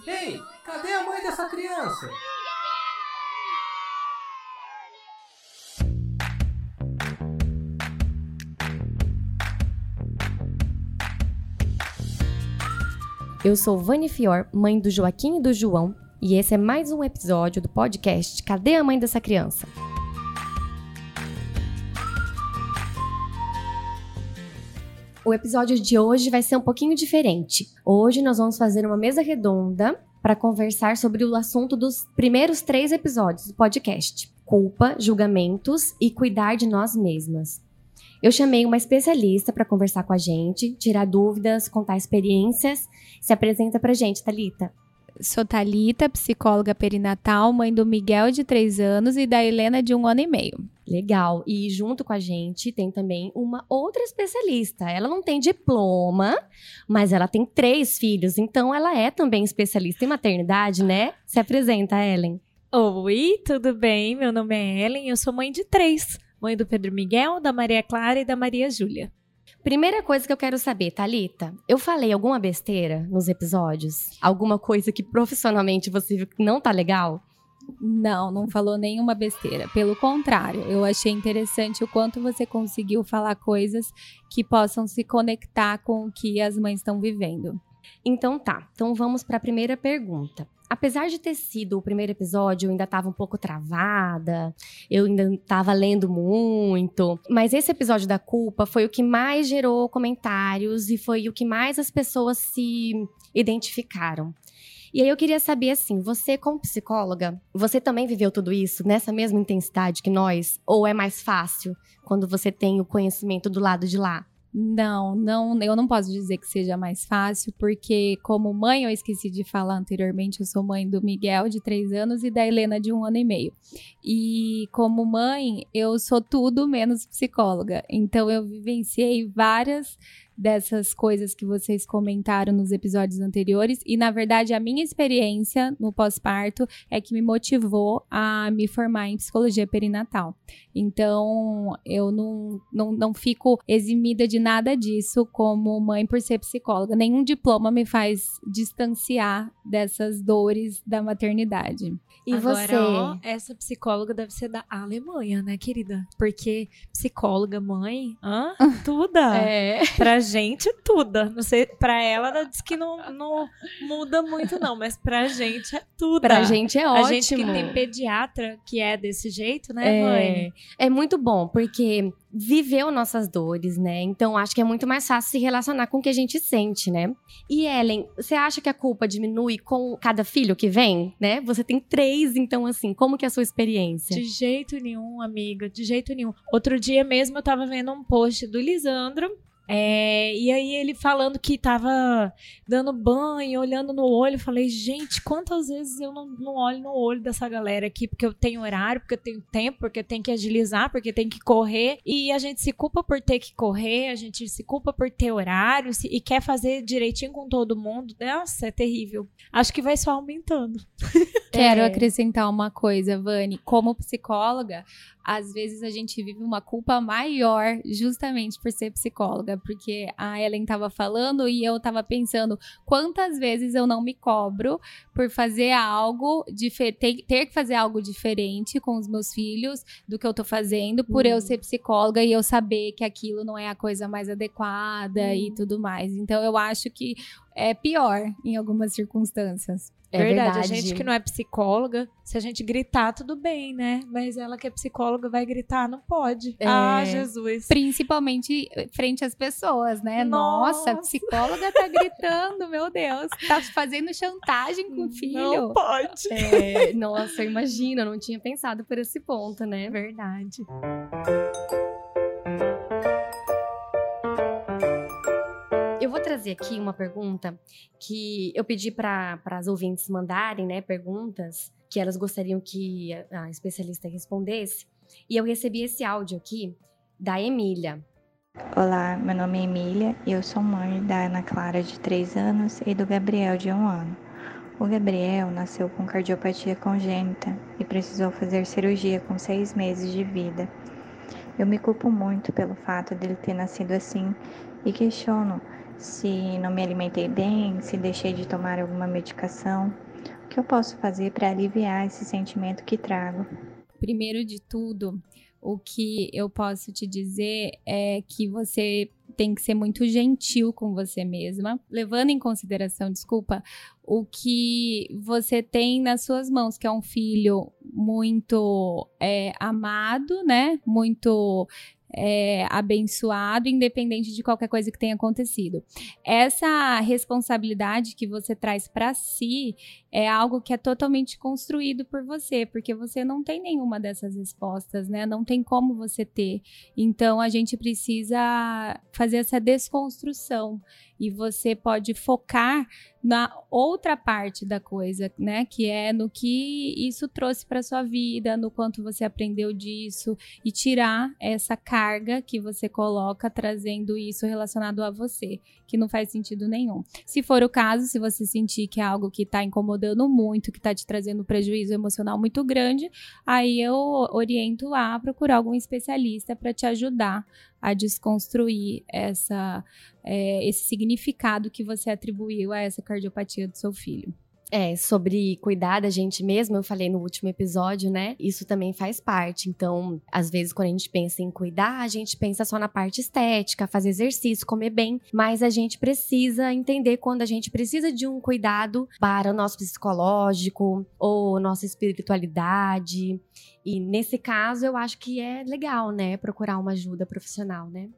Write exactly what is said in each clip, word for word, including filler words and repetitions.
Ei, cadê a mãe dessa criança? Eu sou Vani Fior, mãe do Joaquim e do João, e esse é mais um episódio do podcast Cadê a Mãe dessa Criança? O episódio de hoje vai ser um pouquinho diferente. Hoje nós vamos fazer uma mesa redonda para conversar sobre o assunto dos primeiros três episódios do podcast: culpa, julgamentos e cuidar de nós mesmas. Eu chamei uma especialista para conversar com a gente, tirar dúvidas, contar experiências. Se apresenta pra gente, Thalita. Sou Thalita, psicóloga perinatal, mãe do Miguel, de três anos, e da Helena, de um ano e meio. Legal. E junto com a gente tem também uma outra especialista. Ela não tem diploma, mas ela tem três filhos, então ela é também especialista em maternidade, né? Se apresenta, Ellen. Oi, tudo bem? Meu nome é Ellen, eu sou mãe de três. Mãe do Pedro Miguel, da Maria Clara e da Maria Júlia. Primeira coisa que eu quero saber, Thalita, eu falei alguma besteira nos episódios? Alguma coisa que profissionalmente você viu que não tá legal? Não, não falou nenhuma besteira. Pelo contrário, eu achei interessante o quanto você conseguiu falar coisas que possam se conectar com o que as mães estão vivendo. Então tá, então vamos para a primeira pergunta. Apesar de ter sido o primeiro episódio, eu ainda estava um pouco travada, eu ainda estava lendo muito, mas esse episódio da culpa foi o que mais gerou comentários e foi o que mais as pessoas se identificaram. E aí eu queria saber, assim, você como psicóloga, você também viveu tudo isso nessa mesma intensidade que nós? Ou é mais fácil quando você tem o conhecimento do lado de lá? Não, não, eu não posso dizer que seja mais fácil, porque como mãe, eu esqueci de falar anteriormente, eu sou mãe do Miguel, de três anos, e da Helena, de um ano e meio. E como mãe, eu sou tudo menos psicóloga, então eu vivenciei várias dessas coisas que vocês comentaram nos episódios anteriores, e na verdade a minha experiência no pós-parto é que me motivou a me formar em psicologia perinatal. Então eu não, não, não fico eximida de nada disso como mãe por ser psicóloga. Nenhum diploma me faz distanciar dessas dores da maternidade. E Agora, você? Ó, essa psicóloga deve ser da Alemanha, né, querida? Porque psicóloga, mãe, hã? Tudo. É. Pra gente, tudo. Não sei, pra ela, ela diz que não, não muda muito, não, mas pra gente é tudo. Pra gente é ótimo. A gente que tem pediatra que é desse jeito, né, é, mãe? É muito bom, porque viveu nossas dores, né? Então acho que é muito mais fácil se relacionar com o que a gente sente, né? E Ellen, você acha que a culpa diminui com cada filho que vem, né? Você tem três, então assim, como que é a sua experiência? De jeito nenhum, amiga, de jeito nenhum. Outro dia mesmo eu tava vendo um post do Lisandro, É, e aí ele falando que tava dando banho, olhando no olho. Eu falei, gente, quantas vezes eu não, não olho no olho dessa galera aqui, porque eu tenho horário, porque eu tenho tempo, porque eu tenho que agilizar, porque tem que correr, e a gente se culpa por ter que correr, a gente se culpa por ter horário se, e quer fazer direitinho com todo mundo. Nossa, é terrível. Acho que vai só aumentando. Quero É. acrescentar uma coisa, Vani. Como psicóloga, às vezes a gente vive uma culpa maior justamente por ser psicóloga, porque a Ellen estava falando e eu estava pensando quantas vezes eu não me cobro por fazer algo, difer- ter, ter que fazer algo diferente com os meus filhos do que eu tô fazendo, por Hum. eu ser psicóloga e eu saber que aquilo não é a coisa mais adequada Hum. e tudo mais. Então eu acho que é pior em algumas circunstâncias. É verdade. A gente que não é psicóloga, se a gente gritar, tudo bem, né? Mas ela que é psicóloga vai gritar, não pode. É. Ah, Jesus. Principalmente frente às pessoas, né? Nossa, a Nossa. psicóloga tá gritando, meu Deus. Tá fazendo chantagem com o filho. Não pode. É, nossa, imagina, eu não tinha pensado por esse ponto, né? Verdade. Eu vou trazer aqui uma pergunta que eu pedi para as ouvintes mandarem, né, perguntas que elas gostariam que a, a especialista respondesse. E eu recebi esse áudio aqui da Emília. Olá, meu nome é Emília e eu sou mãe da Ana Clara, de três anos, e do Gabriel, de um ano. O Gabriel nasceu com cardiopatia congênita e precisou fazer cirurgia com seis meses de vida. Eu me culpo muito pelo fato dele ter nascido assim e questiono se não me alimentei bem, se deixei de tomar alguma medicação. O que eu posso fazer para aliviar esse sentimento que trago? Primeiro de tudo, o que eu posso te dizer é que você tem que ser muito gentil com você mesma, levando em consideração, desculpa, o que você tem nas suas mãos, que é um filho muito é, amado, né? Muito é, abençoado, independente de qualquer coisa que tenha acontecido. Essa responsabilidade que você traz para si é algo que é totalmente construído por você, porque você não tem nenhuma dessas respostas, né? Não tem como você ter. Então, a gente precisa fazer essa desconstrução e você pode focar na outra parte da coisa, né? Que é no que isso trouxe para sua vida, no quanto você aprendeu disso e tirar essa carga que você coloca trazendo isso relacionado a você, que não faz sentido nenhum. Se for o caso, se você sentir que é algo que está incomodando muito, que está te trazendo um prejuízo emocional muito grande, aí eu oriento a procurar algum especialista para te ajudar a desconstruir essa, é, esse significado que você atribuiu a essa cardiopatia do seu filho. É, sobre cuidar da gente mesmo, eu falei no último episódio, né? Isso também faz parte. Então, às vezes, quando a gente pensa em cuidar, a gente pensa só na parte estética, fazer exercício, comer bem. Mas a gente precisa entender quando a gente precisa de um cuidado para o nosso psicológico ou nossa espiritualidade. E nesse caso, eu acho que é legal, né? Procurar uma ajuda profissional, né?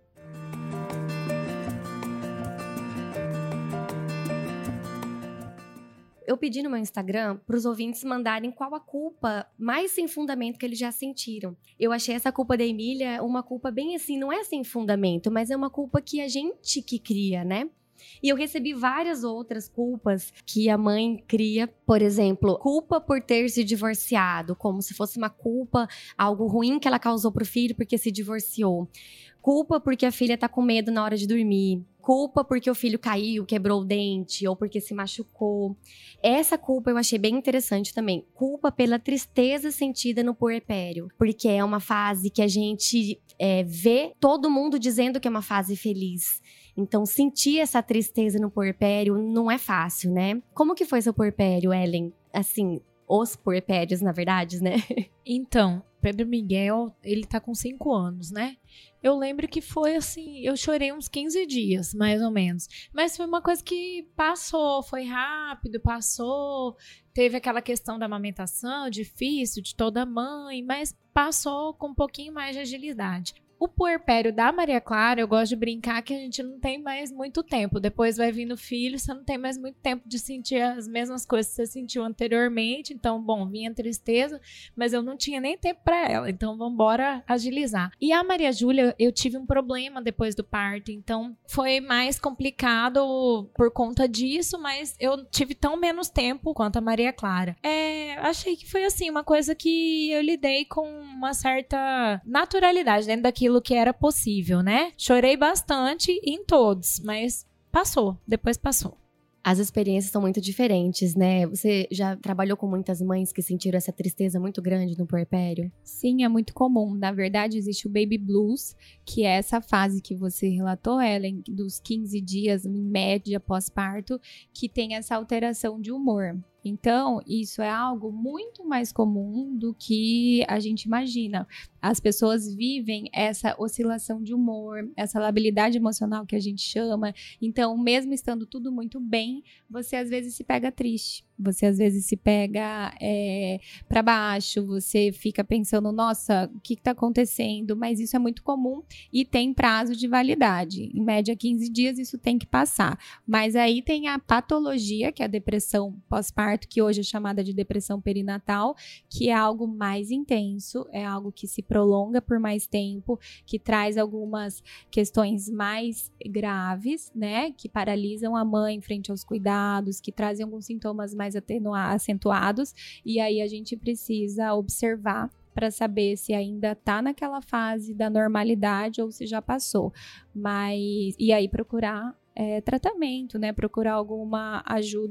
Eu pedi no meu Instagram para os ouvintes mandarem qual a culpa mais sem fundamento que eles já sentiram. Eu achei essa culpa da Emília uma culpa bem assim, não é sem fundamento, mas é uma culpa que a gente que cria, né? E eu recebi várias outras culpas que a mãe cria. Por exemplo, culpa por ter se divorciado, como se fosse uma culpa, algo ruim que ela causou pro filho porque se divorciou. Culpa porque a filha tá com medo na hora de dormir. Culpa porque o filho caiu, quebrou o dente ou porque se machucou. Essa culpa eu achei bem interessante também. Culpa pela tristeza sentida no puerpério. Porque é uma fase que a gente é, vê todo mundo dizendo que é uma fase feliz. Então, sentir essa tristeza no puerpério não é fácil, né? Como que foi seu puerpério, Ellen? Assim, os puerpérios, na verdade, né? Então, Pedro Miguel, ele tá com cinco anos, né? Eu lembro que foi assim, eu chorei uns quinze dias, mais ou menos. Mas foi uma coisa que passou, foi rápido, passou. Teve aquela questão da amamentação, difícil, de toda mãe, mas passou com um pouquinho mais de agilidade. O puerpério da Maria Clara, eu gosto de brincar que a gente não tem mais muito tempo. Depois vai vindo filho, você não tem mais muito tempo de sentir as mesmas coisas que você sentiu anteriormente. Então, bom, vinha tristeza, mas eu não tinha nem tempo para ela. Então, vamos embora agilizar. E a Maria Júlia, eu tive um problema depois do parto. Então, foi mais complicado por conta disso, mas eu tive tão menos tempo quanto a Maria Clara. É, achei que foi assim, uma coisa que eu lidei com uma certa naturalidade dentro daquilo que era possível, né? Chorei bastante em todos, mas passou, depois passou. As experiências são muito diferentes, né? Você já trabalhou com muitas mães que sentiram essa tristeza muito grande no puerpério? Sim, é muito comum. Na verdade, existe o baby blues, que é essa fase que você relatou, Ellen, dos quinze dias em média pós-parto, que tem essa alteração de humor. Então, isso é algo muito mais comum do que a gente imagina. As pessoas vivem essa oscilação de humor, essa labilidade emocional que a gente chama. Então, mesmo estando tudo muito bem, você às vezes se pega triste. Você às vezes se pega é, para baixo, você fica pensando, nossa, o que está acontecendo? Mas isso é muito comum e tem prazo de validade. Em média, quinze dias isso tem que passar. Mas aí tem a patologia, que é a depressão pós-parto, que hoje é chamada de depressão perinatal, que é algo mais intenso, é algo que se prolonga por mais tempo, que traz algumas questões mais graves, né? Que paralisam a mãe frente aos cuidados, que trazem alguns sintomas mais acentuados, e aí a gente precisa observar para saber se ainda está naquela fase da normalidade ou se já passou. Mas, e aí procurar é, tratamento, né? Procurar alguma ajuda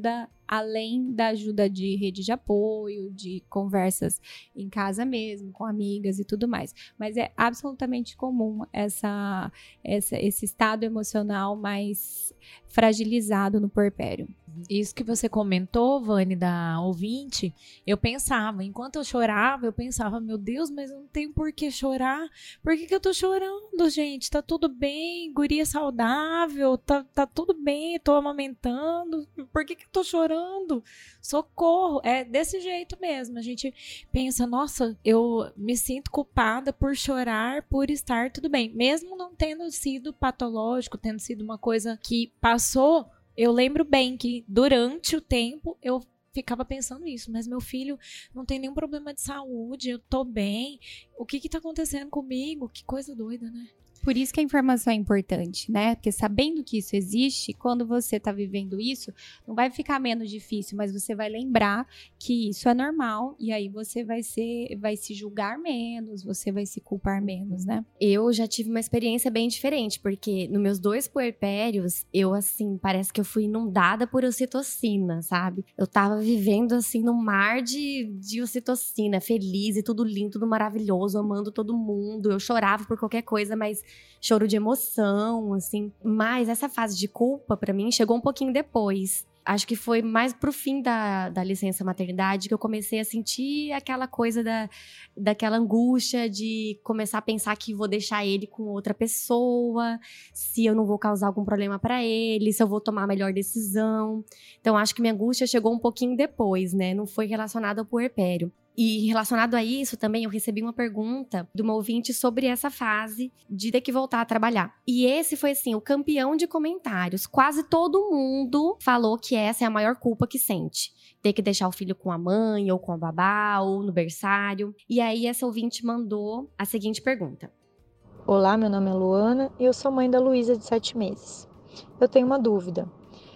além da ajuda de rede de apoio, de conversas em casa mesmo, com amigas e tudo mais. Mas é absolutamente comum essa, essa, esse estado emocional mais fragilizado no puerpério. Isso que você comentou, Vani, da ouvinte, eu pensava, enquanto eu chorava, eu pensava, meu Deus, mas eu não tenho por que chorar. Por que que eu tô chorando, gente? Tá tudo bem, guria saudável, tá, tá tudo bem, tô amamentando. Por que que eu tô chorando? Socorro! É desse jeito mesmo. A gente pensa, nossa, eu me sinto culpada por chorar, por estar tudo bem. Mesmo não tendo sido patológico, tendo sido uma coisa que passou. Eu lembro bem que durante o tempo eu ficava pensando isso, mas meu filho não tem nenhum problema de saúde, eu tô bem, o que que tá acontecendo comigo? Que coisa doida, né? Por isso que a informação é importante, né? Porque sabendo que isso existe, quando você tá vivendo isso, não vai ficar menos difícil, mas você vai lembrar que isso é normal e aí você vai ser, vai se julgar menos, você vai se culpar menos, né? Eu já tive uma experiência bem diferente, porque nos meus dois puerpérios, eu, assim, parece que eu fui inundada por ocitocina, sabe? Eu tava vivendo, assim, num mar de, de ocitocina, feliz e tudo lindo, tudo maravilhoso, amando todo mundo. Eu chorava por qualquer coisa, mas choro de emoção, assim. Mas essa fase de culpa, pra mim, chegou um pouquinho depois. Acho que foi mais pro fim da, da licença maternidade que eu comecei a sentir aquela coisa da, daquela angústia de começar a pensar que vou deixar ele com outra pessoa, se eu não vou causar algum problema pra ele, se eu vou tomar a melhor decisão. Então, acho que minha angústia chegou um pouquinho depois, né? Não foi relacionada ao puerpério. E relacionado a isso também, eu recebi uma pergunta de uma ouvinte sobre essa fase de ter que voltar a trabalhar. E esse foi, assim, o campeão de comentários. Quase todo mundo falou que essa é a maior culpa que sente. Ter que deixar o filho com a mãe, ou com a babá, ou no berçário. E aí, essa ouvinte mandou a seguinte pergunta. Olá, meu nome é Luana e eu sou mãe da Luísa de sete meses. Eu tenho uma dúvida.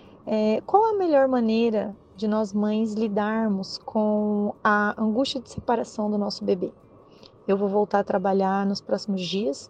É, qual a melhor maneira de nós mães lidarmos com a angústia de separação do nosso bebê? Eu vou voltar a trabalhar nos próximos dias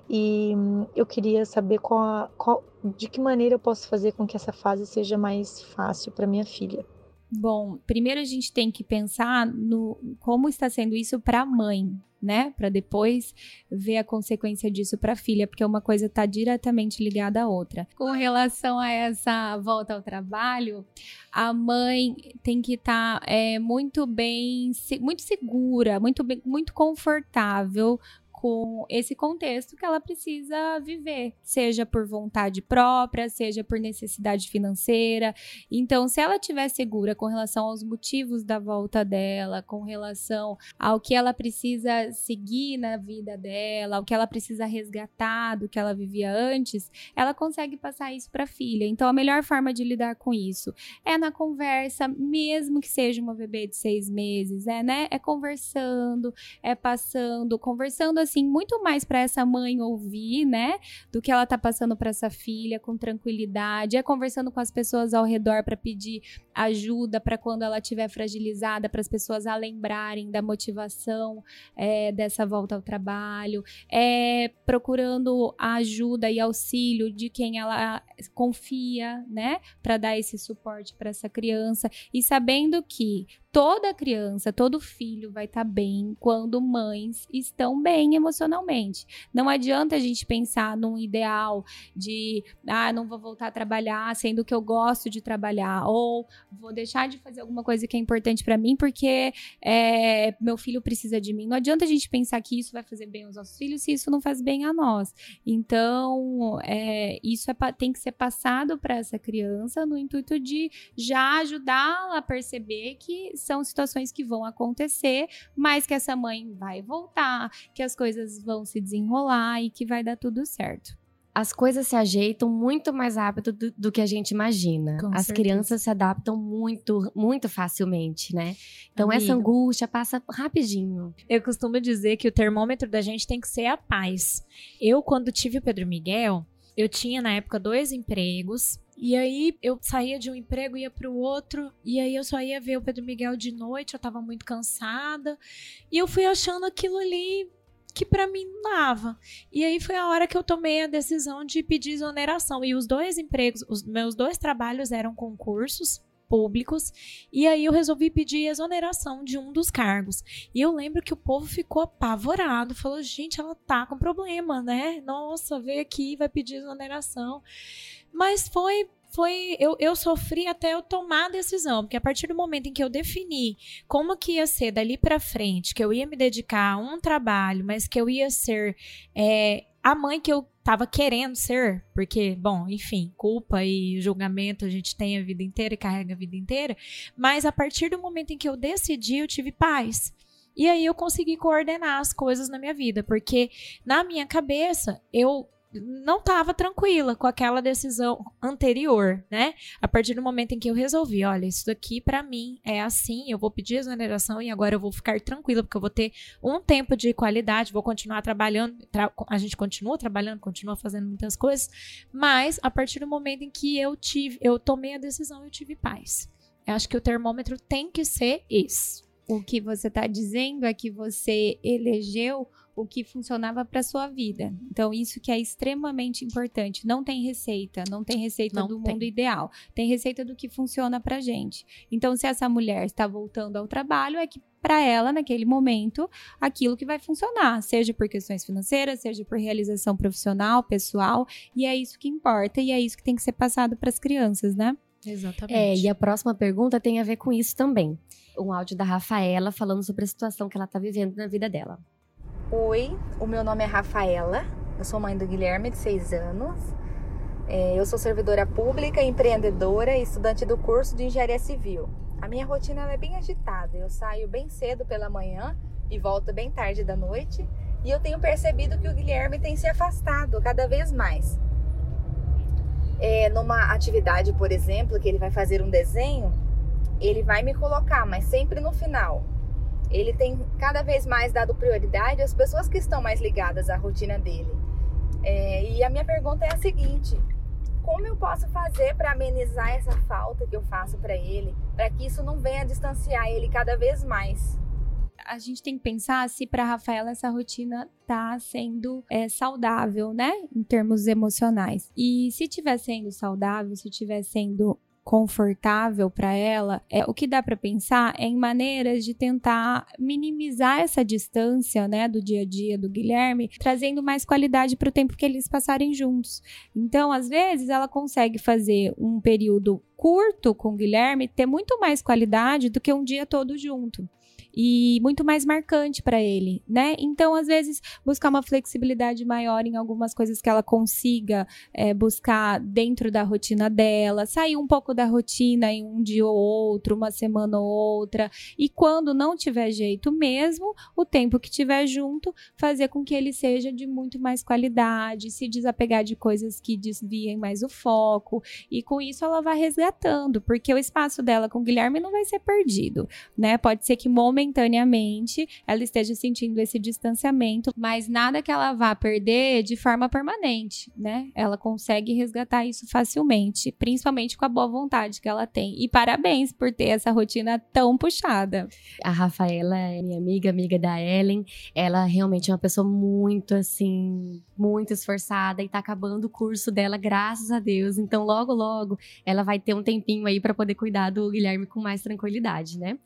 e eu queria saber qual a, qual, de que maneira eu posso fazer com que essa fase seja mais fácil para minha filha. Bom, primeiro a gente tem que pensar no como está sendo isso para a mãe, né? Para depois ver a consequência disso para a filha, porque uma coisa está diretamente ligada à outra. Com relação a essa volta ao trabalho, a mãe tem que estar tá, é, muito bem, muito segura, muito, bem, muito confortável com esse contexto que ela precisa viver, seja por vontade própria, seja por necessidade financeira. Então, se ela estiver segura com relação aos motivos da volta dela, com relação ao que ela precisa seguir na vida dela, ao que ela precisa resgatar do que ela vivia antes, ela consegue passar isso para a filha. Então, a melhor forma de lidar com isso é na conversa, mesmo que seja uma bebê de seis meses, é, né? É conversando, é passando, conversando assim, muito mais para essa mãe ouvir, né, do que ela tá passando para essa filha, com tranquilidade, é conversando com as pessoas ao redor para pedir ajuda, para quando ela estiver fragilizada, para as pessoas a lembrarem da motivação é, dessa volta ao trabalho, é procurando a ajuda e auxílio de quem ela confia, né, para dar esse suporte para essa criança e sabendo que toda criança, todo filho vai estar tá bem quando mães estão bem emocionalmente. Não adianta a gente pensar num ideal de, ah, não vou voltar a trabalhar, sendo que eu gosto de trabalhar, ou vou deixar de fazer alguma coisa que é importante para mim porque é, meu filho precisa de mim. Não adianta a gente pensar que isso vai fazer bem aos nossos filhos se isso não faz bem a nós. Então, é, isso é, tem que ser passado para essa criança no intuito de já ajudá-la a perceber que são situações que vão acontecer, mas que essa mãe vai voltar, que as coisas vão se desenrolar e que vai dar tudo certo. As coisas se ajeitam muito mais rápido do, do que a gente imagina. Com As certeza. Crianças se adaptam muito, muito facilmente, né? Então, Amiga, essa angústia passa rapidinho. Eu costumo dizer que o termômetro da gente tem que ser a paz. Eu, quando tive o Pedro Miguel, eu tinha, na época, dois empregos. E aí, eu saía de um emprego e ia pro outro. E aí, eu só ia ver o Pedro Miguel de noite. Eu tava muito cansada. E eu fui achando aquilo ali que pra mim não dava. E aí, foi a hora que eu tomei a decisão de pedir exoneração. E os dois empregos, os meus dois trabalhos eram concursos. públicos, e aí eu resolvi pedir exoneração de um dos cargos. E eu lembro que o povo ficou apavorado, falou, gente, ela tá com problema, né? Nossa, veio aqui, vai pedir exoneração. Mas foi... Foi, eu, eu sofri até eu tomar a decisão, porque a partir do momento em que eu defini como que ia ser dali pra frente, que eu ia me dedicar a um trabalho, mas que eu ia ser é, a mãe que eu tava querendo ser, porque, bom, enfim, culpa e julgamento a gente tem a vida inteira e carrega a vida inteira, mas a partir do momento em que eu decidi, eu tive paz. E aí eu consegui coordenar as coisas na minha vida, porque na minha cabeça, eu não estava tranquila com aquela decisão anterior, né? A partir do momento em que eu resolvi, olha, isso daqui pra mim é assim, eu vou pedir exoneração e agora eu vou ficar tranquila, porque eu vou ter um tempo de qualidade, vou continuar trabalhando, tra- a gente continua trabalhando, continua fazendo muitas coisas, mas a partir do momento em que eu tive, eu tomei a decisão, eu tive paz. Eu acho que o termômetro tem que ser esse. O que você está dizendo é que você elegeu o que funcionava para sua vida. Então, isso que é extremamente importante. Não tem receita, não tem receita Não do tem. mundo ideal. Tem receita do que funciona pra gente. Então, se essa mulher está voltando ao trabalho, é que para ela, naquele momento, aquilo que vai funcionar, seja por questões financeiras, seja por realização profissional, pessoal, e é isso que importa e é isso que tem que ser passado para as crianças, né? Exatamente. É, e a próxima pergunta tem a ver com isso também. Um áudio da Rafaela falando sobre a situação que ela tá vivendo na vida dela. Oi, o meu nome é Rafaela, eu sou mãe do Guilherme, de seis anos. É, eu sou servidora pública, empreendedora e estudante do curso de Engenharia Civil. A minha rotina ela é bem agitada, eu saio bem cedo pela manhã e volto bem tarde da noite. E eu tenho percebido que o Guilherme tem se afastado cada vez mais. É, numa atividade, por exemplo, que ele vai fazer um desenho, ele vai me colocar, mas sempre no final. Ele tem cada vez mais dado prioridade às pessoas que estão mais ligadas à rotina dele. É, e a minha pergunta é a seguinte: como eu posso fazer para amenizar essa falta que eu faço para ele, para que isso não venha distanciar ele cada vez mais? A gente tem que pensar se para Rafaela essa rotina tá sendo é, saudável, né? Em termos emocionais. E se estiver sendo saudável, se estiver sendo confortável para ela, é, o que dá para pensar é em maneiras de tentar minimizar essa distância, né, do dia a dia do Guilherme, trazendo mais qualidade para o tempo que eles passarem juntos. Então, às vezes, ela consegue fazer um período curto com o Guilherme ter muito mais qualidade do que um dia todo junto. E muito mais marcante para ele, né? Então, às vezes, buscar uma flexibilidade maior em algumas coisas que ela consiga é, buscar dentro da rotina dela, sair um pouco da rotina em um dia ou outro, uma semana ou outra, e quando não tiver jeito mesmo, o tempo que tiver junto, fazer com que ele seja de muito mais qualidade, se desapegar de coisas que desviem mais o foco, e com isso ela vai resgatando, porque o espaço dela com o Guilherme não vai ser perdido, né? Pode ser que momentaneamente ela esteja sentindo esse distanciamento, mas nada que ela vá perder de forma permanente, né? Ela consegue resgatar isso facilmente, principalmente com a boa vontade que ela tem. E parabéns por ter essa rotina tão puxada. A Rafaela é minha amiga, amiga da Ellen. Ela realmente é uma pessoa muito, assim, muito esforçada e tá acabando o curso dela, graças a Deus. Então, logo, logo, ela vai ter um tempinho aí pra poder cuidar do Guilherme com mais tranquilidade, né?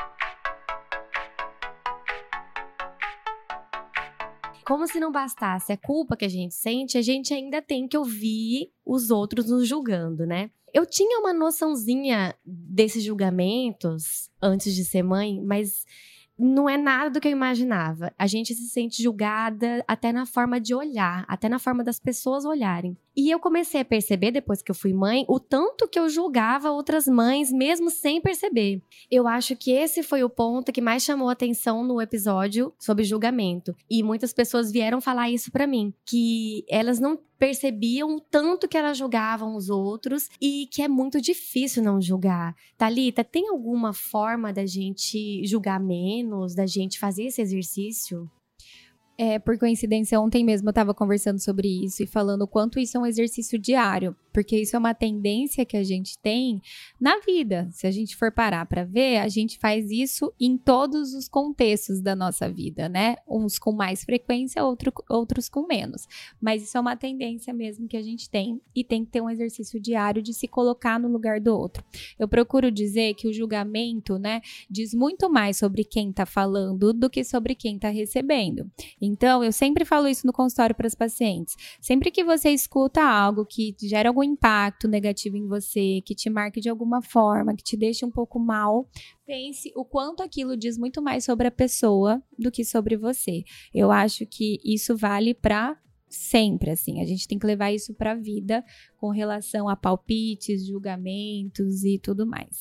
Como se não bastasse a culpa que a gente sente, a gente ainda tem que ouvir os outros nos julgando, né? Eu tinha uma noçãozinha desses julgamentos antes de ser mãe, mas não é nada do que eu imaginava. A gente se sente julgada até na forma de olhar, até na forma das pessoas olharem. E eu comecei a perceber, depois que eu fui mãe, o tanto que eu julgava outras mães, mesmo sem perceber. Eu acho que esse foi o ponto que mais chamou a atenção no episódio sobre julgamento. E muitas pessoas vieram falar isso pra mim, que elas não percebiam o tanto que elas julgavam os outros e que é muito difícil não julgar. Thalita, tem alguma forma da gente julgar menos, da gente fazer esse exercício? É, por coincidência, ontem mesmo eu estava conversando sobre isso e falando o quanto isso é um exercício diário porque isso é uma tendência que a gente tem na vida. Se a gente for parar para ver, a gente faz isso em todos os contextos da nossa vida, né? Uns com mais frequência, outro, outros com menos. Mas isso é uma tendência mesmo que a gente tem e tem que ter um exercício diário de se colocar no lugar do outro. Eu procuro dizer que o julgamento, né, diz muito mais sobre quem tá falando do que sobre quem tá recebendo. Então, eu sempre falo isso no consultório para as pacientes. Sempre que você escuta algo que gera algum impacto negativo em você, que te marque de alguma forma, que te deixe um pouco mal, pense o quanto aquilo diz muito mais sobre a pessoa do que sobre você. Eu acho que isso vale para sempre, assim. A gente tem que levar isso para a vida com relação a palpites, julgamentos e tudo mais.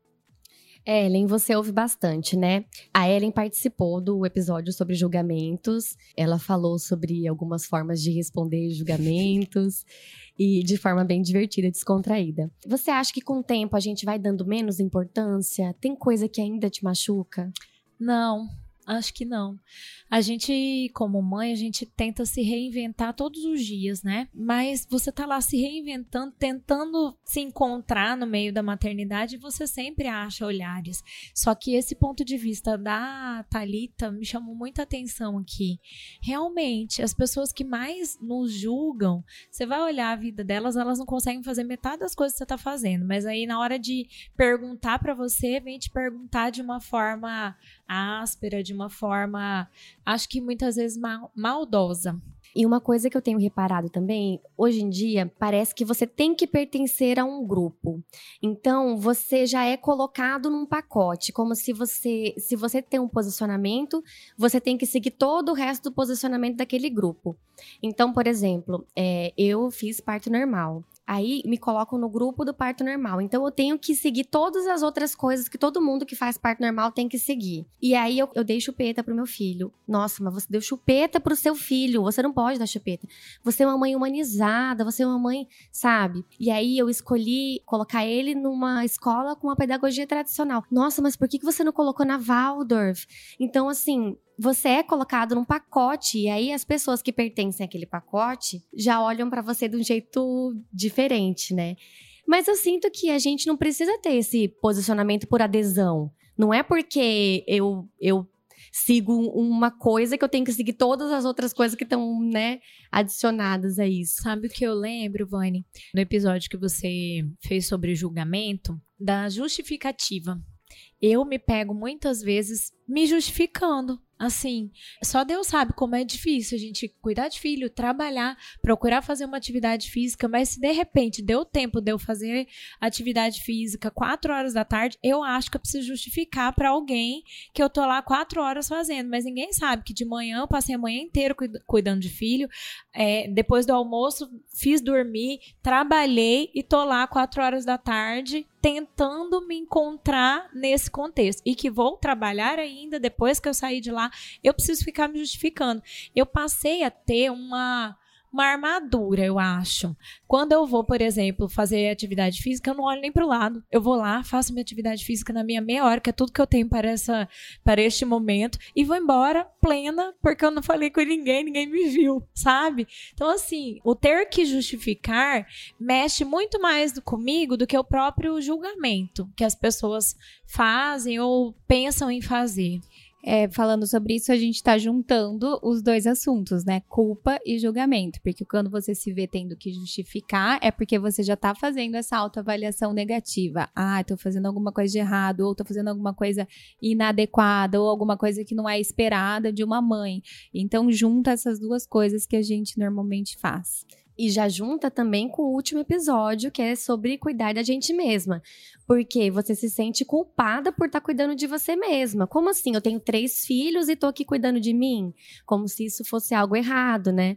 Ellen, você ouve bastante, né? A Ellen participou do episódio sobre julgamentos. Ela falou sobre algumas formas de responder julgamentos e de forma bem divertida, descontraída. Você acha que com o tempo a gente vai dando menos importância? Tem coisa que ainda te machuca? Não. Acho que não. A gente, como mãe, a gente tenta se reinventar todos os dias, né? Mas você tá lá se reinventando, tentando se encontrar no meio da maternidade e você sempre acha olhares. Só que esse ponto de vista da Thalita me chamou muita atenção aqui. Realmente, as pessoas que mais nos julgam, você vai olhar a vida delas, elas não conseguem fazer metade das coisas que você tá fazendo. Mas aí, na hora de perguntar pra você, vem te perguntar de uma forma áspera, de uma forma, acho que muitas vezes mal, maldosa. E uma coisa que eu tenho reparado também, hoje em dia, parece que você tem que pertencer a um grupo. Então, você já é colocado num pacote, como se você, se você tem um posicionamento, você tem que seguir todo o resto do posicionamento daquele grupo. Então, por exemplo, é, eu fiz parto normal. Aí me colocam no grupo do parto normal. Então eu tenho que seguir todas as outras coisas que todo mundo que faz parto normal tem que seguir. E aí eu, eu dei chupeta pro meu filho. Nossa, mas você deu chupeta pro seu filho. Você não pode dar chupeta. Você é uma mãe humanizada, você é uma mãe, sabe? E aí eu escolhi colocar ele numa escola com uma pedagogia tradicional. Nossa, mas por que você não colocou na Waldorf? Então, assim, você é colocado num pacote e aí as pessoas que pertencem àquele pacote já olham pra você de um jeito diferente, né? Mas eu sinto que a gente não precisa ter esse posicionamento por adesão. Não é porque eu, eu sigo uma coisa que eu tenho que seguir todas as outras coisas que estão, né, adicionadas a isso. Sabe o que eu lembro, Vani? No episódio que você fez sobre julgamento, da justificativa. Eu me pego muitas vezes me justificando. Assim, só Deus sabe como é difícil a gente cuidar de filho, trabalhar, procurar fazer uma atividade física, mas se de repente deu tempo de eu fazer atividade física quatro horas da tarde, eu acho que eu preciso justificar para alguém que eu tô lá quatro horas fazendo, mas ninguém sabe que de manhã eu passei a manhã inteira cuidando de filho, é, depois do almoço fiz dormir, trabalhei e tô lá quatro horas da tarde tentando me encontrar nesse contexto e que vou trabalhar ainda depois que eu sair de lá. Eu preciso ficar me justificando. Eu passei a ter uma, uma armadura, eu acho. Quando eu vou, por exemplo, fazer atividade física, eu não olho nem para o lado. Eu vou lá, faço minha atividade física na minha meia hora, que é tudo que eu tenho para, essa, para este momento, e vou embora plena, porque eu não falei com ninguém, ninguém me viu, sabe? Então, assim, o ter que justificar mexe muito mais do, comigo do que o próprio julgamento que as pessoas fazem ou pensam em fazer. É, falando sobre isso, a gente está juntando os dois assuntos, né? Culpa e julgamento. Porque quando você se vê tendo que justificar, é porque você já está fazendo essa autoavaliação negativa. Ah, estou fazendo alguma coisa de errado, ou estou fazendo alguma coisa inadequada, ou alguma coisa que não é esperada de uma mãe. Então, junta essas duas coisas que a gente normalmente faz. E já junta também com o último episódio, que é sobre cuidar da gente mesma. Porque você se sente culpada por estar cuidando de você mesma. Como assim? Eu tenho três filhos e tô aqui cuidando de mim? Como se isso fosse algo errado, né?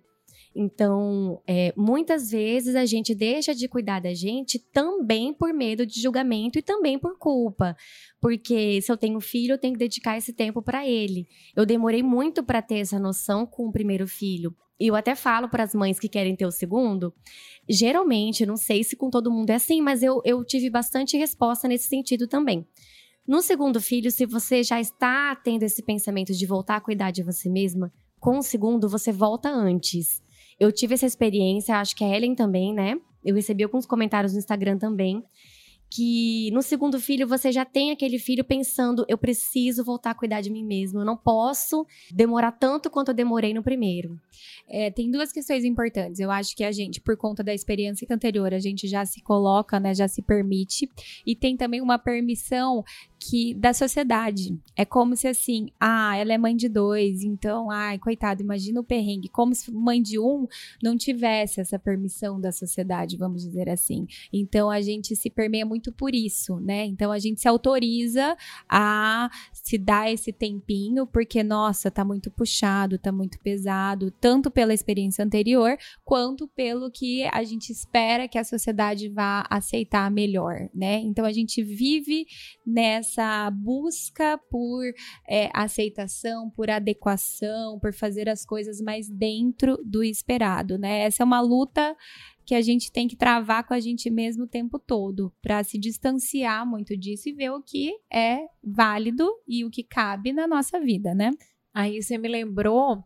Então, é, muitas vezes a gente deixa de cuidar da gente também por medo de julgamento e também por culpa. Porque se eu tenho filho, eu tenho que dedicar esse tempo para ele. Eu demorei muito para ter essa noção com o primeiro filho. E eu até falo para as mães que querem ter o segundo, geralmente, não sei se com todo mundo é assim, mas eu, eu tive bastante resposta nesse sentido também. No segundo filho, se você já está tendo esse pensamento de voltar a cuidar de você mesma, com o segundo, você volta antes. Eu tive essa experiência, acho que a Ellen também, né? eu recebi alguns comentários no Instagram também, que no segundo filho você já tem aquele filho pensando, eu preciso voltar a cuidar de mim mesmo, eu não posso demorar tanto quanto eu demorei no primeiro. É, tem duas questões importantes. Eu acho que a gente, por conta da experiência anterior, a gente já se coloca, né, já se permite. E tem também uma permissão que, da sociedade. É como se assim, ah, ela é mãe de dois, então, ai, coitado, imagina o perrengue. Como se mãe de um não tivesse essa permissão da sociedade, vamos dizer assim. Então, a gente se permeia muito por isso, né? Então, a gente se autoriza a se dar esse tempinho, porque, nossa, tá muito puxado, tá muito pesado, tanto pela experiência anterior, quanto pelo que a gente espera que a sociedade vá aceitar melhor, né? Então, a gente vive nessa busca por é, aceitação, por adequação, por fazer as coisas mais dentro do esperado, né? Essa é uma luta que a gente tem que travar com a gente mesmo o tempo todo, para se distanciar muito disso e ver o que é válido e o que cabe na nossa vida, né? Aí você me lembrou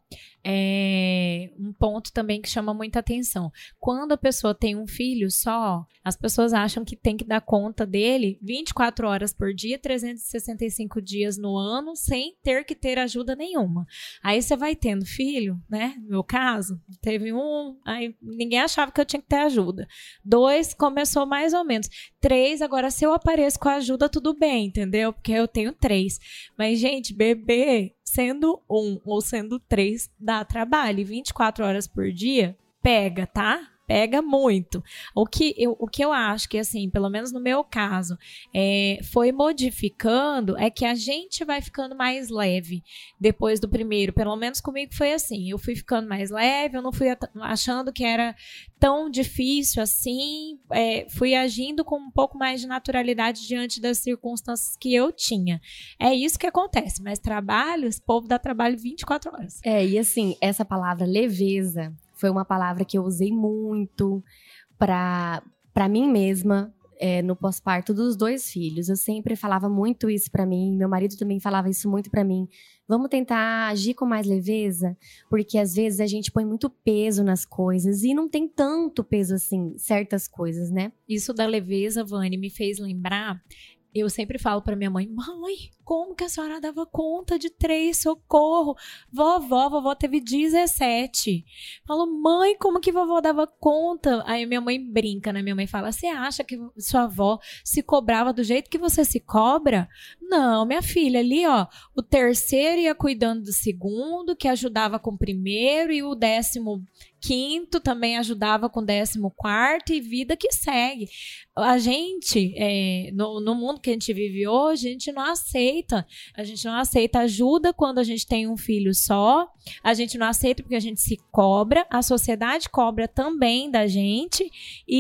é, um ponto também que chama muita atenção. Quando a pessoa tem um filho só, as pessoas acham que tem que dar conta dele vinte e quatro horas por dia, trezentos e sessenta e cinco dias no ano, sem ter que ter ajuda nenhuma. Aí você vai tendo filho, né? No meu caso, teve um, aí ninguém achava que eu tinha que ter ajuda. Dois, começou mais ou menos. Três, agora se eu apareço com a ajuda, tudo bem, entendeu? Porque eu tenho três. Mas, gente, bebê, sendo um ou sendo três, dá trabalho. vinte e quatro horas por dia, pega, tá? Pega muito. O que eu, o que eu acho que, assim, pelo menos no meu caso, é, foi modificando, é que a gente vai ficando mais leve depois do primeiro. Pelo menos comigo foi assim. Eu fui ficando mais leve, eu não fui achando que era tão difícil assim. É, fui agindo com um pouco mais de naturalidade diante das circunstâncias que eu tinha. É isso que acontece. Mas trabalho, esse povo dá trabalho vinte e quatro horas. É, e assim, essa palavra leveza foi uma palavra que eu usei muito para para mim mesma é, no pós-parto dos dois filhos. Eu sempre falava muito isso para mim, meu marido também falava isso muito para mim. Vamos tentar agir com mais leveza, porque às vezes a gente põe muito peso nas coisas e não tem tanto peso assim, certas coisas, né? Isso da leveza, Vani, me fez lembrar. Eu sempre falo pra minha mãe, mãe, como que a senhora dava conta de três? Socorro! Vovó, vovó teve dezessete. Falo, mãe, como que vovó dava conta? Aí minha mãe brinca, né? Minha mãe fala, você acha que sua avó se cobrava do jeito que você se cobra? Não, minha filha, ali, ó, o terceiro ia cuidando do segundo, que ajudava com o primeiro, e o décimo quinto também ajudava com o décimo quarto, e vida que segue. A gente, é, no, no mundo que a gente vive hoje, a gente não aceita. A gente não aceita ajuda quando a gente tem um filho só. A gente não aceita porque a gente se cobra. A sociedade cobra também da gente.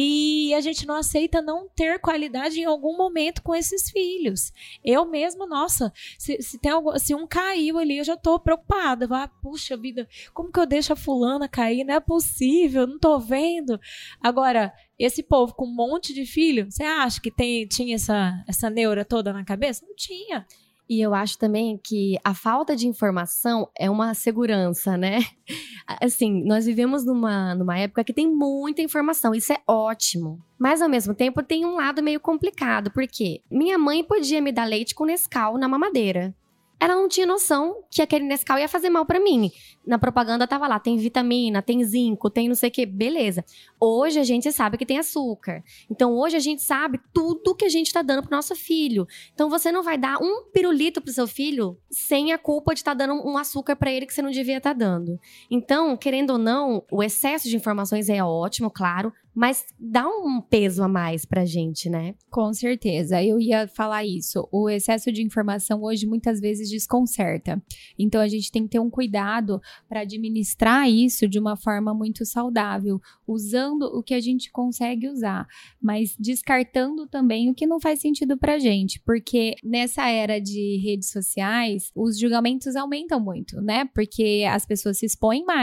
E a gente não aceita não ter qualidade em algum momento com esses filhos. Eu mesma, nossa, se, se, tem algum, se um caiu ali, eu já tô preocupada. Ah, puxa vida, como que eu deixo a fulana cair? Não é possível, não tô vendo. Agora, esse povo com um monte de filho, você acha que tem, tinha essa, essa neura toda na cabeça? Não tinha. E eu acho também que a falta de informação é uma segurança, né? Assim, nós vivemos numa, numa época que tem muita informação, isso é ótimo. Mas, ao mesmo tempo, tem um lado meio complicado, porque minha mãe podia me dar leite com Nescau na mamadeira. Ela não tinha noção que aquele Nescau ia fazer mal pra mim. Na propaganda tava lá, tem vitamina, tem zinco, tem não sei o que, beleza. Hoje a gente sabe que tem açúcar. Então hoje a gente sabe tudo que a gente tá dando pro nosso filho. Então você não vai dar um pirulito pro seu filho sem a culpa de estar tá dando um açúcar pra ele que você não devia estar tá dando. Então, querendo ou não, o excesso de informações é ótimo, claro, mas dá um peso a mais pra gente, né? Com certeza, eu ia falar isso. O excesso de informação hoje muitas vezes desconcerta. Então a gente tem que ter um cuidado para administrar isso de uma forma muito saudável, usando o que a gente consegue usar, mas descartando também o que não faz sentido pra gente, porque nessa era de redes sociais, os julgamentos aumentam muito, né? Porque as pessoas se expõem mais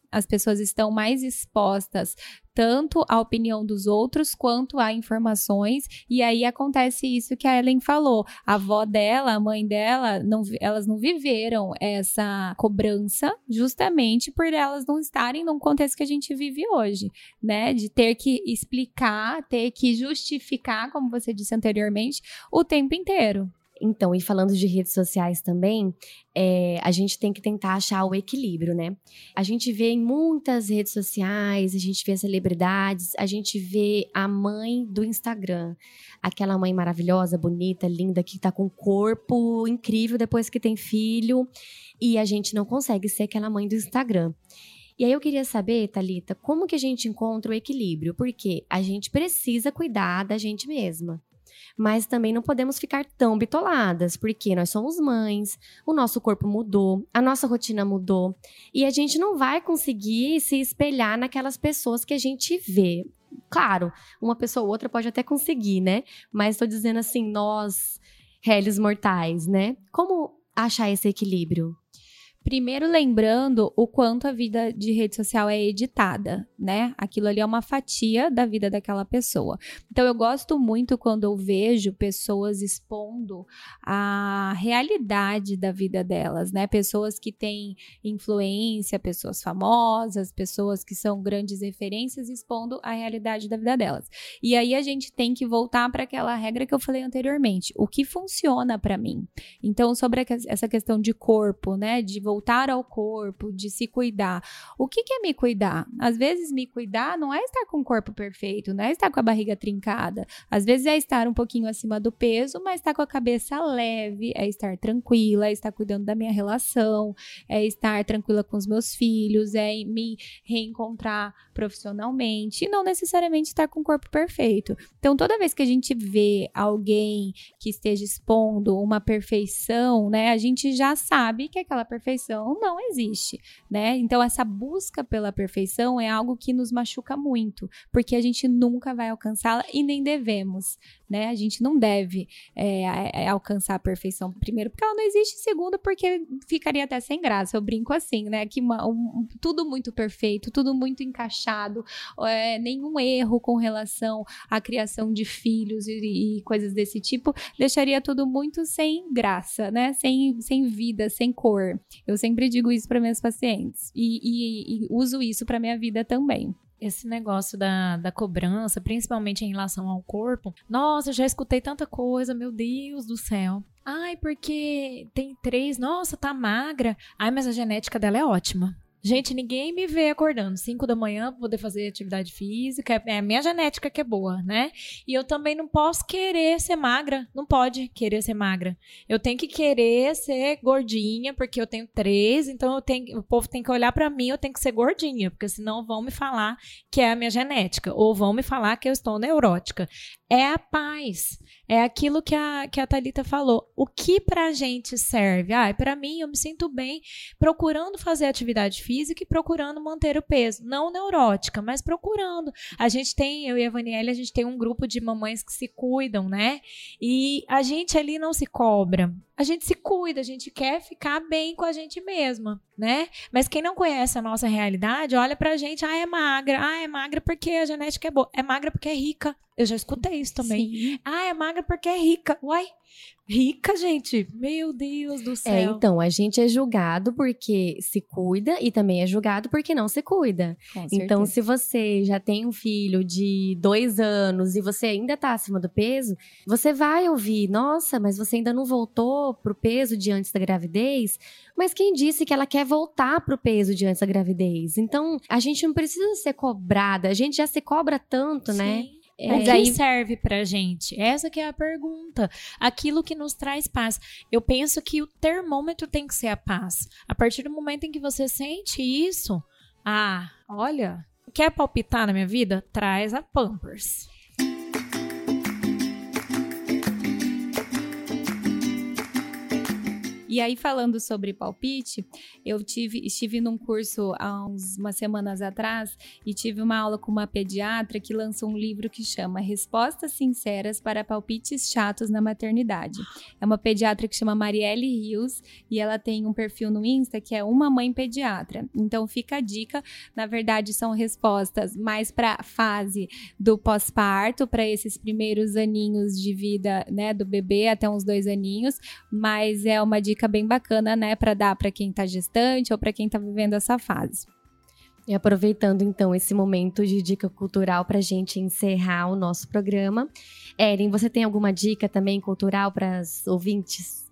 as pessoas estão mais expostas tanto à opinião dos outros quanto a informações, e aí acontece isso que a Ellen falou. A avó dela, a mãe dela, não, elas não viveram essa cobrança justamente por elas não estarem num contexto que a gente vive hoje, né? De ter que explicar, ter que justificar, como você disse anteriormente, o tempo inteiro. Então, e falando de redes sociais também, é, a gente tem que tentar achar o equilíbrio, né? A gente vê em muitas redes sociais, a gente vê celebridades, a gente vê a mãe do Instagram. Aquela mãe maravilhosa, bonita, linda, que tá com um corpo incrível depois que tem filho. E a gente não consegue ser aquela mãe do Instagram. E aí eu queria saber, Thalita, como que a gente encontra o equilíbrio? Porque a gente precisa cuidar da gente mesma. Mas também não podemos ficar tão bitoladas, porque nós somos mães, o nosso corpo mudou, a nossa rotina mudou, e a gente não vai conseguir se espelhar naquelas pessoas que a gente vê. Claro, uma pessoa ou outra pode até conseguir, né? Mas tô dizendo assim, nós, réis mortais, né? Como achar esse equilíbrio? Primeiro, lembrando o quanto a vida de rede social é editada, né? Aquilo ali é uma fatia da vida daquela pessoa. Então, eu gosto muito quando eu vejo pessoas expondo a realidade da vida delas, né? Pessoas que têm influência, pessoas famosas, pessoas que são grandes referências expondo a realidade da vida delas. E aí, a gente tem que voltar para aquela regra que eu falei anteriormente. O que funciona para mim? Então, sobre essa questão de corpo, né? De voltar voltar ao corpo, de se cuidar. O que, que é me cuidar? Às vezes me cuidar não é estar com o corpo perfeito, não é estar com a barriga trincada. Às vezes é estar um pouquinho acima do peso, mas estar com a cabeça leve, é estar tranquila, é estar cuidando da minha relação, é estar tranquila com os meus filhos, é me reencontrar profissionalmente e não necessariamente estar com o corpo perfeito. Então, toda vez que a gente vê alguém que esteja expondo uma perfeição, né, a gente já sabe que aquela perfeição não existe, né? Então, essa busca pela perfeição é algo que nos machuca muito, porque a gente nunca vai alcançá-la e nem devemos, né? A gente não deve é, é, alcançar a perfeição, primeiro, porque ela não existe, segundo, porque ficaria até sem graça. Eu brinco assim, né? Que uma, um, tudo muito perfeito, tudo muito encaixado, é, nenhum erro com relação à criação de filhos e, e coisas desse tipo, deixaria tudo muito sem graça, né? Sem, sem vida, sem cor. Eu sempre digo isso para minhas pacientes e, e, e uso isso para minha vida também. Esse negócio da, da cobrança, principalmente em relação ao corpo, nossa, eu já escutei tanta coisa, meu Deus do céu. Ai, porque tem três, nossa, tá magra. Ai, mas a genética dela é ótima. Gente, ninguém me vê acordando cinco da manhã pra poder fazer atividade física. É a minha genética que é boa, né? E eu também não posso querer ser magra. Não pode querer ser magra. Eu tenho que querer ser gordinha, porque eu tenho três. Então, eu tenho, o povo tem que olhar pra mim, eu tenho que ser gordinha. Porque senão vão me falar que é a minha genética. Ou vão me falar que eu estou neurótica. É a paz. É aquilo que a, que a Thalita falou. O que pra gente serve? Ah, pra mim, eu me sinto bem procurando fazer atividade física e procurando manter o peso. Não neurótica, mas procurando. A gente tem, eu e a Vanielle, a gente tem um grupo de mamães que se cuidam, né? E a gente ali não se cobra. A gente se cuida, a gente quer ficar bem com a gente mesma, né? Mas quem não conhece a nossa realidade, olha pra gente, ah, é magra. Ah, é magra porque a genética é boa. É magra porque é rica. Eu já escutei isso também. Sim. Ah, é magra porque é rica. Uai, rica, gente. Meu Deus do céu. É, então, a gente é julgado porque se cuida e também é julgado porque não se cuida. Com então, certeza. se você já tem um filho de dois anos e você ainda tá acima do peso, você vai ouvir, nossa, mas você ainda não voltou pro peso de antes da gravidez? Mas quem disse que ela quer voltar pro peso de antes da gravidez? Então, a gente não precisa ser cobrada, a gente já se cobra tanto, Sim. né? É, o que aí serve pra gente? Essa que é a pergunta. Aquilo que nos traz paz. Eu penso que o termômetro tem que ser a paz. A partir do momento em que você sente isso, ah, olha, quer palpitar na minha vida? Traz a Pampers. E E aí, falando sobre palpite, eu tive, estive num curso há uns, umas semanas atrás e tive uma aula com uma pediatra que lançou um livro que chama Respostas Sinceras para Palpites Chatos na Maternidade. É uma pediatra que chama Marielle Rios e ela tem um perfil no Insta que é Uma Mãe Pediatra. Então, fica a dica. Na verdade, são respostas mais para a fase do pós-parto, para esses primeiros aninhos de vida, né, do bebê até uns dois aninhos, mas é uma dica bem bacana, né, para dar para quem tá gestante ou para quem tá vivendo essa fase. E aproveitando, então, esse momento de dica cultural para a gente encerrar o nosso programa. Ellen, você tem alguma dica também cultural para as ouvintes?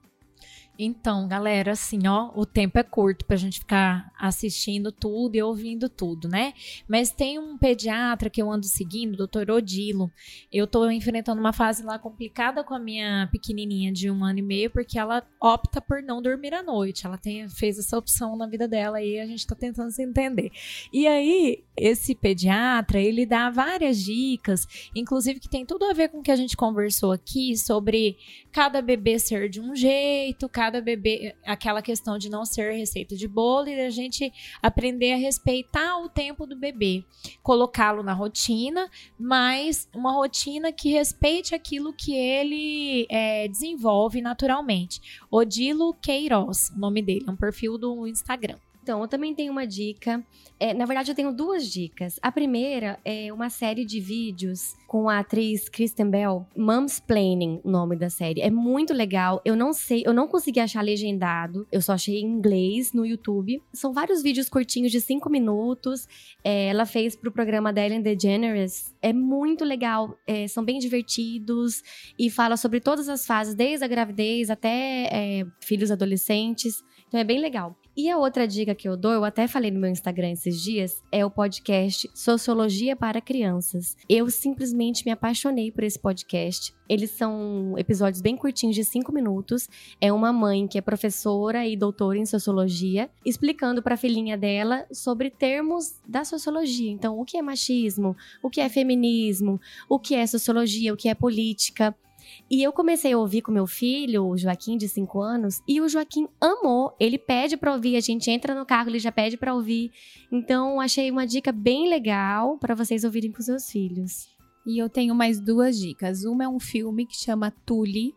Então, galera, assim, ó, o tempo é curto pra gente ficar assistindo tudo e ouvindo tudo, né? Mas tem um pediatra que eu ando seguindo, o doutor Odilo. Eu tô enfrentando uma fase lá complicada com a minha pequenininha de um ano e meio, porque ela opta por não dormir à noite. Ela tem, fez essa opção na vida dela e a gente tá tentando se entender. E aí, esse pediatra, ele dá várias dicas, inclusive que tem tudo a ver com o que a gente conversou aqui, sobre cada bebê ser de um jeito, cada Cada bebê, aquela questão de não ser receita de bolo e a gente aprender a respeitar o tempo do bebê, colocá-lo na rotina, mas uma rotina que respeite aquilo que ele é, desenvolve naturalmente. Odilo Queiroz, o nome dele, é um perfil do Instagram. Então, eu também tenho uma dica. É, na verdade, eu tenho duas dicas. A primeira é uma série de vídeos com a atriz Kristen Bell, Momsplaining, o nome da série. É muito legal. Eu não sei, eu não consegui achar legendado. Eu só achei em inglês no YouTube. São vários vídeos curtinhos de cinco minutos. É, ela fez pro programa da Ellen DeGeneres. É muito legal. É, são bem divertidos e fala sobre todas as fases, desde a gravidez até é, filhos adolescentes. Então é bem legal. E a outra dica que eu dou, eu até falei no meu Instagram esses dias, é o podcast Sociologia para Crianças. Eu simplesmente me apaixonei por esse podcast. Eles são episódios bem curtinhos, de cinco minutos. É uma mãe que é professora e doutora em sociologia, explicando para a filhinha dela sobre termos da sociologia. Então, o que é machismo, o que é feminismo, o que é sociologia, o que é política. E eu comecei a ouvir com meu filho, o Joaquim, de cinco anos, e o Joaquim amou. Ele pede pra ouvir, a gente entra no carro, ele já pede pra ouvir. Então, achei uma dica bem legal pra vocês ouvirem com seus filhos. E eu tenho mais duas dicas. Uma é um filme que chama Tully,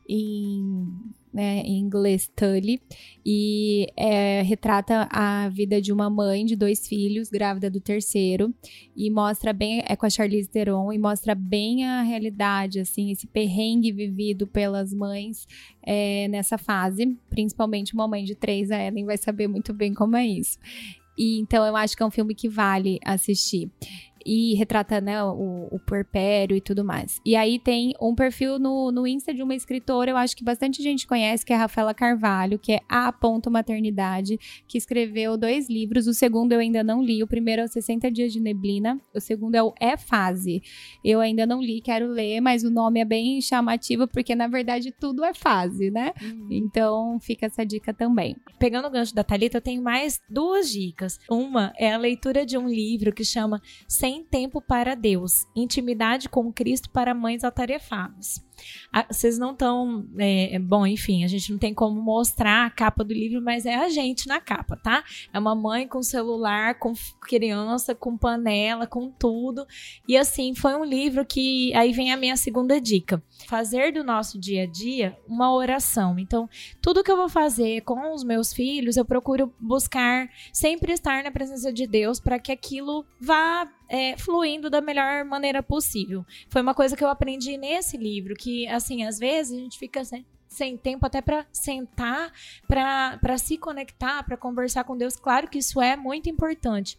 em, né, em inglês Tully, e é, retrata a vida de uma mãe de dois filhos, grávida do terceiro, e mostra bem, é com a Charlize Theron, e mostra bem a realidade, assim, esse perrengue vivido pelas mães é, nessa fase, principalmente uma mãe de três, a Ellen vai saber muito bem como é isso. E, então eu acho que é um filme que vale assistir. E retrata, né, o, o puerpério e tudo mais. E aí tem um perfil no, no Insta de uma escritora, eu acho que bastante gente conhece, que é a Rafaela Carvalho, que é A Ponto Maternidade, que escreveu dois livros. O segundo eu ainda não li. O primeiro é o sessenta Dias de Neblina. O segundo é o É Fase. Eu ainda não li, quero ler, mas o nome é bem chamativo, porque na verdade tudo é fase, né? Uhum. Então fica essa dica também. Pegando o gancho da Thalita, eu tenho mais duas dicas. Uma é a leitura de um livro que chama Sem Tempo para Deus, Intimidade com Cristo para Mães Atarefadas. Ah, vocês não estão... É, bom, enfim, a gente não tem como mostrar a capa do livro, mas é a gente na capa, tá? É uma mãe com celular, com criança, com panela, com tudo. E assim, foi um livro que... Aí vem a minha segunda dica. Fazer do nosso dia a dia uma oração. Então, tudo que eu vou fazer com os meus filhos, eu procuro buscar sempre estar na presença de Deus para que aquilo vá é, fluindo da melhor maneira possível. Foi uma coisa que eu aprendi nesse livro, que, assim, às vezes a gente fica sem, sem tempo até para sentar, para se conectar, para conversar com Deus. Claro que isso é muito importante.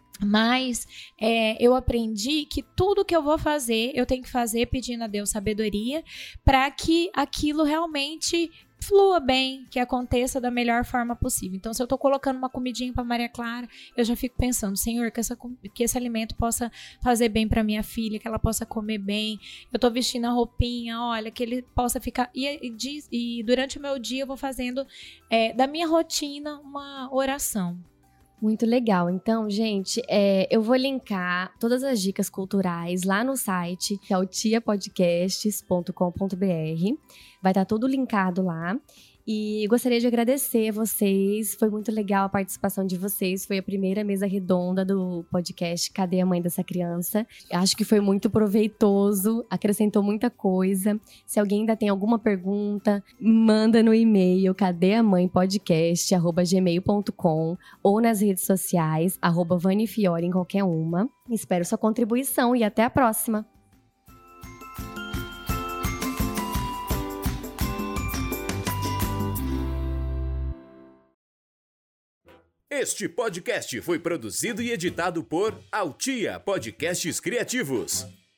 Mas é, eu aprendi que tudo que eu vou fazer, eu tenho que fazer pedindo a Deus sabedoria para que aquilo realmente flua bem, que aconteça da melhor forma possível. Então, se eu tô colocando uma comidinha para Maria Clara, eu já fico pensando, Senhor, que, essa, que esse alimento possa fazer bem para minha filha, que ela possa comer bem. Eu tô vestindo a roupinha, olha, que ele possa ficar... E, e, e durante o meu dia eu vou fazendo é, da minha rotina uma oração. Muito legal. Então, gente, é, eu vou linkar todas as dicas culturais lá no site, que é o tia podcasts ponto com ponto b r. Vai estar tudo linkado lá. E gostaria de agradecer vocês, foi muito legal a participação de vocês, foi a primeira mesa redonda do podcast Cadê a Mãe dessa Criança? Acho que foi muito proveitoso, acrescentou muita coisa. Se alguém ainda tem alguma pergunta, manda no e-mail cadê a mãe podcast arroba gmail ponto com ou nas redes sociais, arroba Vani Fiore em qualquer uma. Espero sua contribuição e até a próxima! Este podcast foi produzido e editado por Altia Podcasts Criativos.